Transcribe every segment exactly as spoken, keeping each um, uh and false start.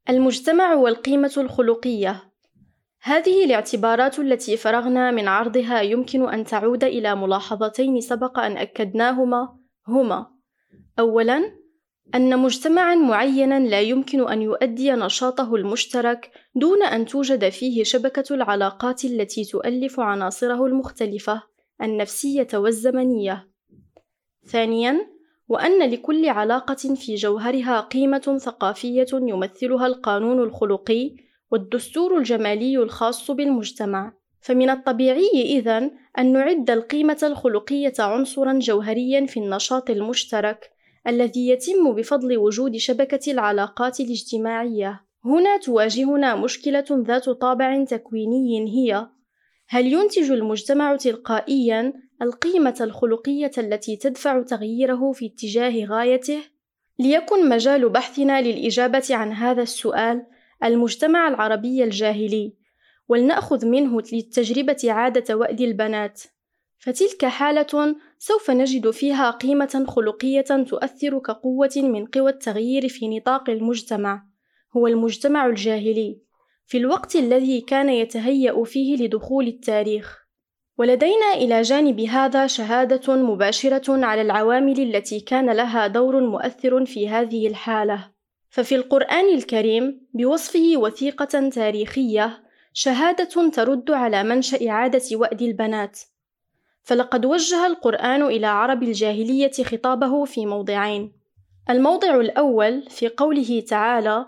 المجتمع والقيمة الخلقية. هذه الاعتبارات التي فرغنا من عرضها يمكن أن تعود إلى ملاحظتين سبق أن أكدناهما، هما: أولاً، أن مجتمعاً معيناً لا يمكن أن يؤدي نشاطه المشترك دون أن توجد فيه شبكة العلاقات التي تؤلف عناصره المختلفة النفسية والزمنية. ثانياً، وأن لكل علاقة في جوهرها قيمة ثقافية يمثلها القانون الخلقي والدستور الجمالي الخاص بالمجتمع. فمن الطبيعي إذن أن نعد القيمة الخلقية عنصراً جوهرياً في النشاط المشترك الذي يتم بفضل وجود شبكة العلاقات الاجتماعية. هنا تواجهنا مشكلة ذات طابع تكويني، هي: هل ينتج المجتمع تلقائياً القيمة الخلقية التي تدفع تغييره في اتجاه غايته؟ ليكن مجال بحثنا للإجابة عن هذا السؤال المجتمع العربي الجاهلي، ولنأخذ منه للتجربة عادة وأد البنات، فتلك حالة سوف نجد فيها قيمة خلقية تؤثر كقوة من قوى التغيير في نطاق المجتمع، هو المجتمع الجاهلي، في الوقت الذي كان يتهيأ فيه لدخول التاريخ. ولدينا إلى جانب هذا شهادة مباشرة على العوامل التي كان لها دور مؤثر في هذه الحالة. ففي القرآن الكريم بوصفه وثيقة تاريخية شهادة ترد على منشأ عادة وأد البنات. فلقد وجه القرآن إلى عرب الجاهلية خطابه في موضعين. الموضع الأول في قوله تعالى: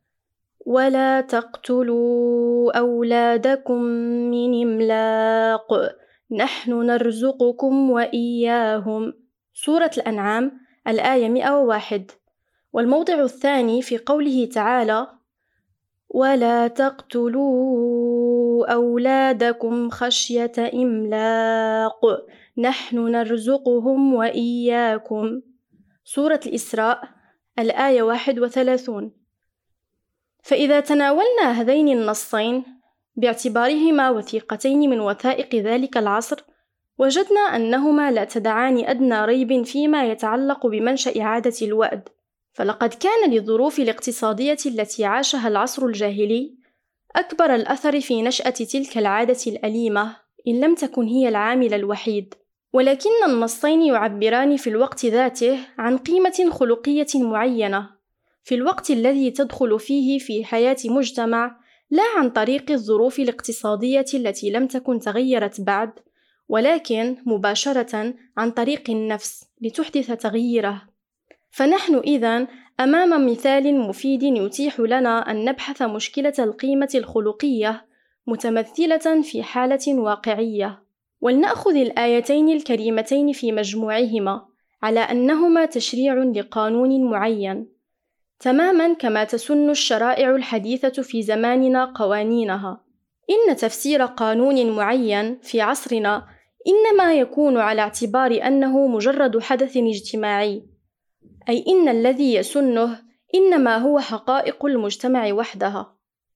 ولا تقتلوا أولادكم من إملاق نحن نرزقكم وإياهم، سورة الأنعام الآية مئة وواحد. والموضع الثاني في قوله تعالى: ولا تقتلوا أولادكم خشية إملاق نحن نرزقهم وإياكم، سورة الإسراء الآية واحد وثلاثون. فإذا تناولنا هذين النصين باعتبارهما وثيقتين من وثائق ذلك العصر، وجدنا أنهما لا تدعان أدنى ريب فيما يتعلق بمنشأ عادة الوأد. فلقد كان للظروف الاقتصادية التي عاشها العصر الجاهلي أكبر الأثر في نشأة تلك العادة الأليمة، إن لم تكن هي العامل الوحيد. ولكن النصين يعبران في الوقت ذاته عن قيمة خلقية معينة في الوقت الذي تدخل فيه في حياة مجتمع، لا عن طريق الظروف الاقتصادية التي لم تكن تغيرت بعد، ولكن مباشرة عن طريق النفس لتحدث تغييره. فنحن إذن أمام مثال مفيد يتيح لنا أن نبحث مشكلة القيمة الخلقية متمثلة في حالة واقعية. ولنأخذ الآيتين الكريمتين في مجموعهما على أنهما تشريع لقانون معين، تماماً كما تسن الشرائع الحديثة في زماننا قوانينها. إن تفسير قانون معين في عصرنا إنما يكون على اعتبار أنه مجرد حدث اجتماعي، أي إن الذي يسنه إنما هو حقائق المجتمع وحدها.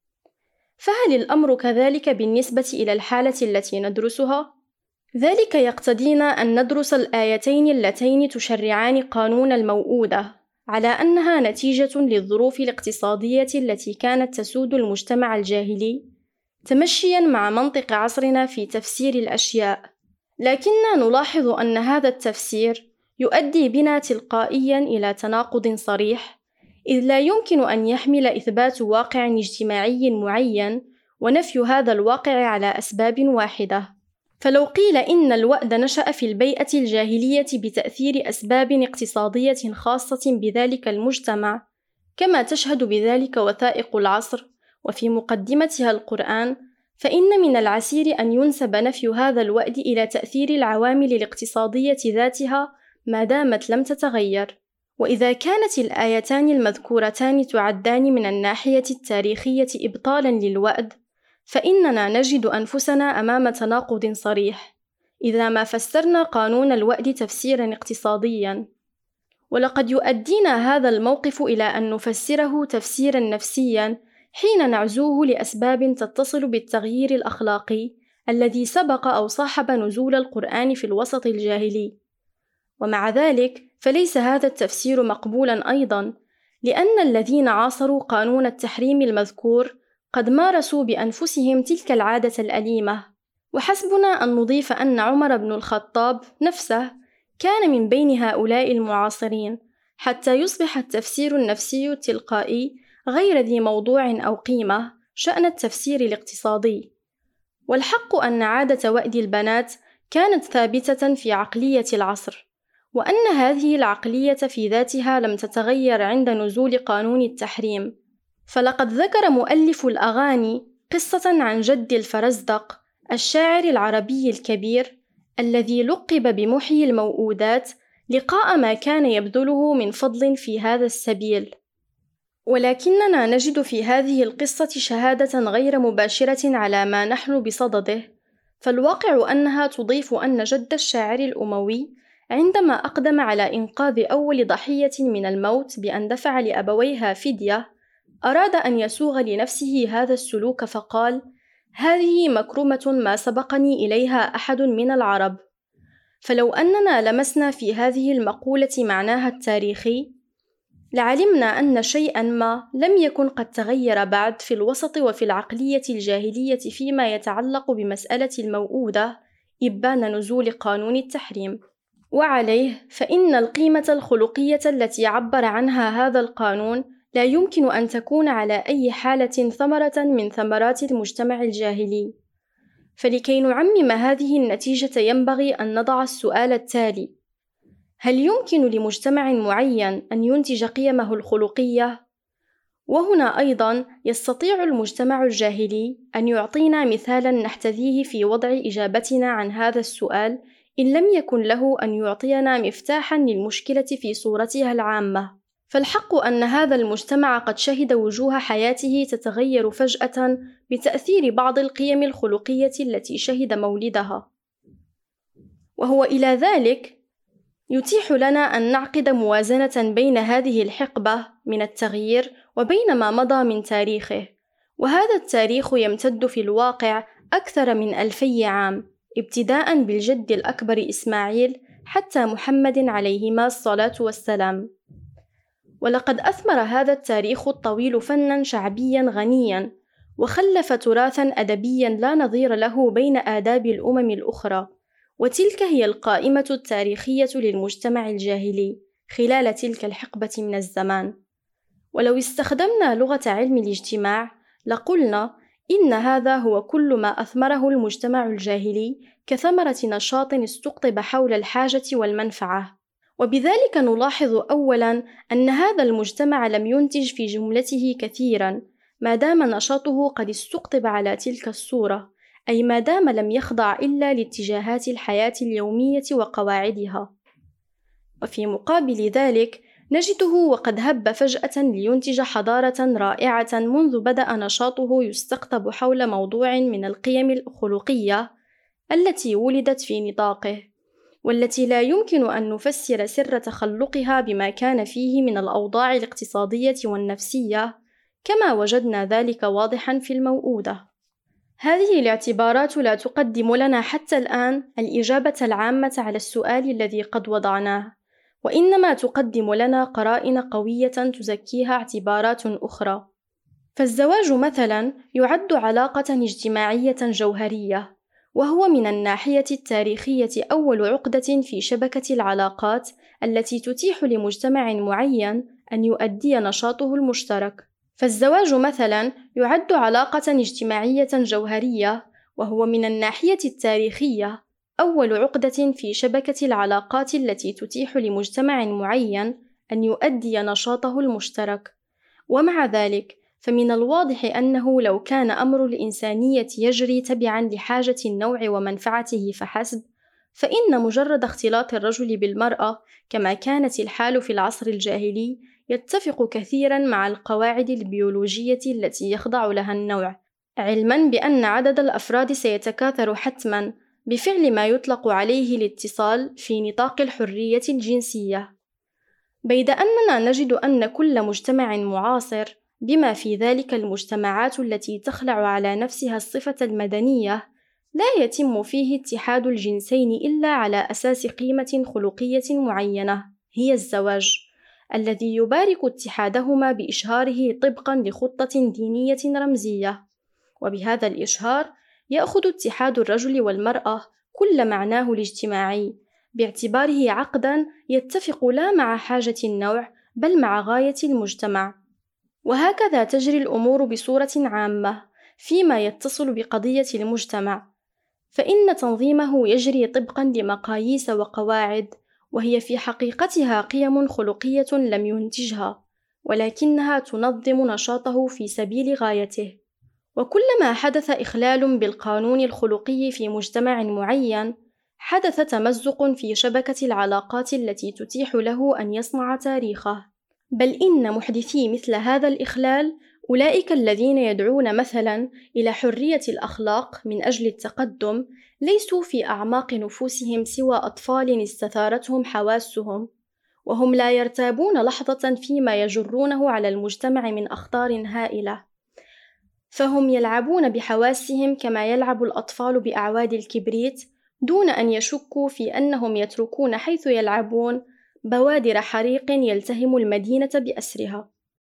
فهل الأمر كذلك بالنسبة إلى الحالة التي ندرسها؟ ذلك يقتضينا أن ندرس الآيتين اللتين تشرعان قانون الموؤودة على أنها نتيجة للظروف الاقتصادية التي كانت تسود المجتمع الجاهلي، تمشياً مع منطق عصرنا في تفسير الأشياء. لكننا نلاحظ أن هذا التفسير يؤدي بنا تلقائياً إلى تناقض صريح، إذ لا يمكن أن يحمل إثبات واقع اجتماعي معين ونفي هذا الواقع على أسباب واحدة. فلو قيل إن الوأد نشأ في البيئة الجاهلية بتأثير أسباب اقتصادية خاصة بذلك المجتمع، كما تشهد بذلك وثائق العصر وفي مقدمتها القرآن، فإن من العسير أن ينسب نفي هذا الوأد إلى تأثير العوامل الاقتصادية ذاتها ما دامت لم تتغير. وإذا كانت الآيتان المذكورتان تعدان من الناحية التاريخية إبطالاً للوأد، فإننا نجد أنفسنا أمام تناقض صريح إذا ما فسرنا قانون الوأد تفسيراً اقتصادياً. ولقد يؤدينا هذا الموقف إلى أن نفسره تفسيراً نفسياً حين نعزوه لأسباب تتصل بالتغيير الأخلاقي الذي سبق أو صاحب نزول القرآن في الوسط الجاهلي. ومع ذلك فليس هذا التفسير مقبولاً أيضاً، لأن الذين عاصروا قانون التحريم المذكور قد مارسوا بأنفسهم تلك العادة الأليمة. وحسبنا أن نضيف أن عمر بن الخطاب نفسه كان من بين هؤلاء المعاصرين، حتى يصبح التفسير النفسي التلقائي غير ذي موضوع أو قيمة شأن التفسير الاقتصادي. والحق أن عادة وأد البنات كانت ثابتة في عقلية العصر، وأن هذه العقلية في ذاتها لم تتغير عند نزول قانون التحريم. فلقد ذكر مؤلف الأغاني قصة عن جد الفرزدق الشاعر العربي الكبير الذي لقب بمحيي الموؤودات لقاء ما كان يبذله من فضل في هذا السبيل. ولكننا نجد في هذه القصة شهادة غير مباشرة على ما نحن بصدده، فالواقع أنها تضيف أن جد الشاعر الأموي عندما أقدم على إنقاذ أول ضحية من الموت بأن دفع لأبويها فدية، أراد أن يسوغ لنفسه هذا السلوك فقال: هذه مكرمة ما سبقني إليها أحد من العرب. فلو أننا لمسنا في هذه المقولة معناها التاريخي لعلمنا أن شيئا ما لم يكن قد تغير بعد في الوسط وفي العقلية الجاهلية فيما يتعلق بمسألة الموؤودة إبان نزول قانون التحريم. وعليه فإن القيمة الخلقية التي عبر عنها هذا القانون لا يمكن أن تكون على أي حالة ثمرة من ثمرات المجتمع الجاهلي. فلكي نعمم هذه النتيجة ينبغي أن نضع السؤال التالي: هل يمكن لمجتمع معين أن ينتج قيمه الخلقية؟ وهنا أيضا يستطيع المجتمع الجاهلي أن يعطينا مثالا نحتذيه في وضع إجابتنا عن هذا السؤال، إن لم يكن له أن يعطينا مفتاحا للمشكلة في صورتها العامة. فالحق أن هذا المجتمع قد شهد وجوه حياته تتغير فجأة بتأثير بعض القيم الخلقية التي شهد مولدها، وهو إلى ذلك يتيح لنا أن نعقد موازنة بين هذه الحقبة من التغيير وبين ما مضى من تاريخه. وهذا التاريخ يمتد في الواقع أكثر من ألفي عام، ابتداء بالجد الأكبر إسماعيل حتى محمد عليهما الصلاة والسلام. ولقد أثمر هذا التاريخ الطويل فناً شعبياً غنياً، وخلف تراثاً أدبياً لا نظير له بين آداب الأمم الأخرى. وتلك هي القائمة التاريخية للمجتمع الجاهلي خلال تلك الحقبة من الزمان. ولو استخدمنا لغة علم الاجتماع لقلنا إن هذا هو كل ما أثمره المجتمع الجاهلي كثمرة نشاط استقطب حول الحاجة والمنفعة. وبذلك نلاحظ أولاً أن هذا المجتمع لم ينتج في جملته كثيراً ما دام نشاطه قد استقطب على تلك الصورة، أي ما دام لم يخضع إلا لاتجاهات الحياة اليومية وقواعدها. وفي مقابل ذلك نجده وقد هب فجأة لينتج حضارة رائعة منذ بدأ نشاطه يستقطب حول موضوع من القيم الخلقية التي ولدت في نطاقه، والتي لا يمكن أن نفسر سر تخلقها بما كان فيه من الأوضاع الاقتصادية والنفسية، كما وجدنا ذلك واضحا في الموؤودة. هذه الاعتبارات لا تقدم لنا حتى الآن الإجابة العامة على السؤال الذي قد وضعناه، وإنما تقدم لنا قرائن قوية تزكيها اعتبارات أخرى. فالزواج مثلا يعد علاقة اجتماعية جوهرية، وهو من الناحية التاريخية أول عقدة في شبكة العلاقات التي تتيح لمجتمع معين أن يؤدي نشاطه المشترك. فالزواج مثلا يعد علاقة اجتماعية جوهرية، وهو من الناحية التاريخية أول عقدة في شبكة العلاقات التي تتيح لمجتمع معين أن يؤدي نشاطه المشترك. ومع ذلك فمن الواضح أنه لو كان أمر الإنسانية يجري تبعاً لحاجة النوع ومنفعته فحسب، فإن مجرد اختلاط الرجل بالمرأة كما كانت الحال في العصر الجاهلي يتفق كثيراً مع القواعد البيولوجية التي يخضع لها النوع، علماً بأن عدد الأفراد سيتكاثر حتماً بفعل ما يطلق عليه الاتصال في نطاق الحرية الجنسية. بيد أننا نجد أن كل مجتمع معاصر بما في ذلك المجتمعات التي تخلع على نفسها الصفة المدنية لا يتم فيه اتحاد الجنسين إلا على أساس قيمة خلقية معينة هي الزواج، الذي يبارك اتحادهما بإشهاره طبقًا لخطة دينية رمزية، وبهذا الإشهار يأخذ اتحاد الرجل والمرأة كل معناه الاجتماعي، باعتباره عقدًا يتفق لا مع حاجة النوع بل مع غاية المجتمع. وهكذا تجري الأمور بصورة عامة فيما يتصل بقضية المجتمع، فإن تنظيمه يجري طبقًا لمقاييس وقواعد، وهي في حقيقتها قيم خلقية لم ينتجها، ولكنها تنظم نشاطه في سبيل غايته. وكلما حدث إخلال بالقانون الخلقي في مجتمع معين، حدث تمزق في شبكة العلاقات التي تتيح له أن يصنع تاريخه. بل إن محدثي مثل هذا الإخلال أولئك الذين يدعون مثلاً إلى حرية الأخلاق من أجل التقدم ليسوا في أعماق نفوسهم سوى أطفال استثارتهم حواسهم، وهم لا يرتابون لحظة فيما يجرونه على المجتمع من أخطار هائلة، فهم يلعبون بحواسهم كما يلعب الأطفال بأعواد الكبريت دون أن يشكوا في أنهم يتركون حيث يلعبون بوادر حريق يلتهم المدينة بأسرها.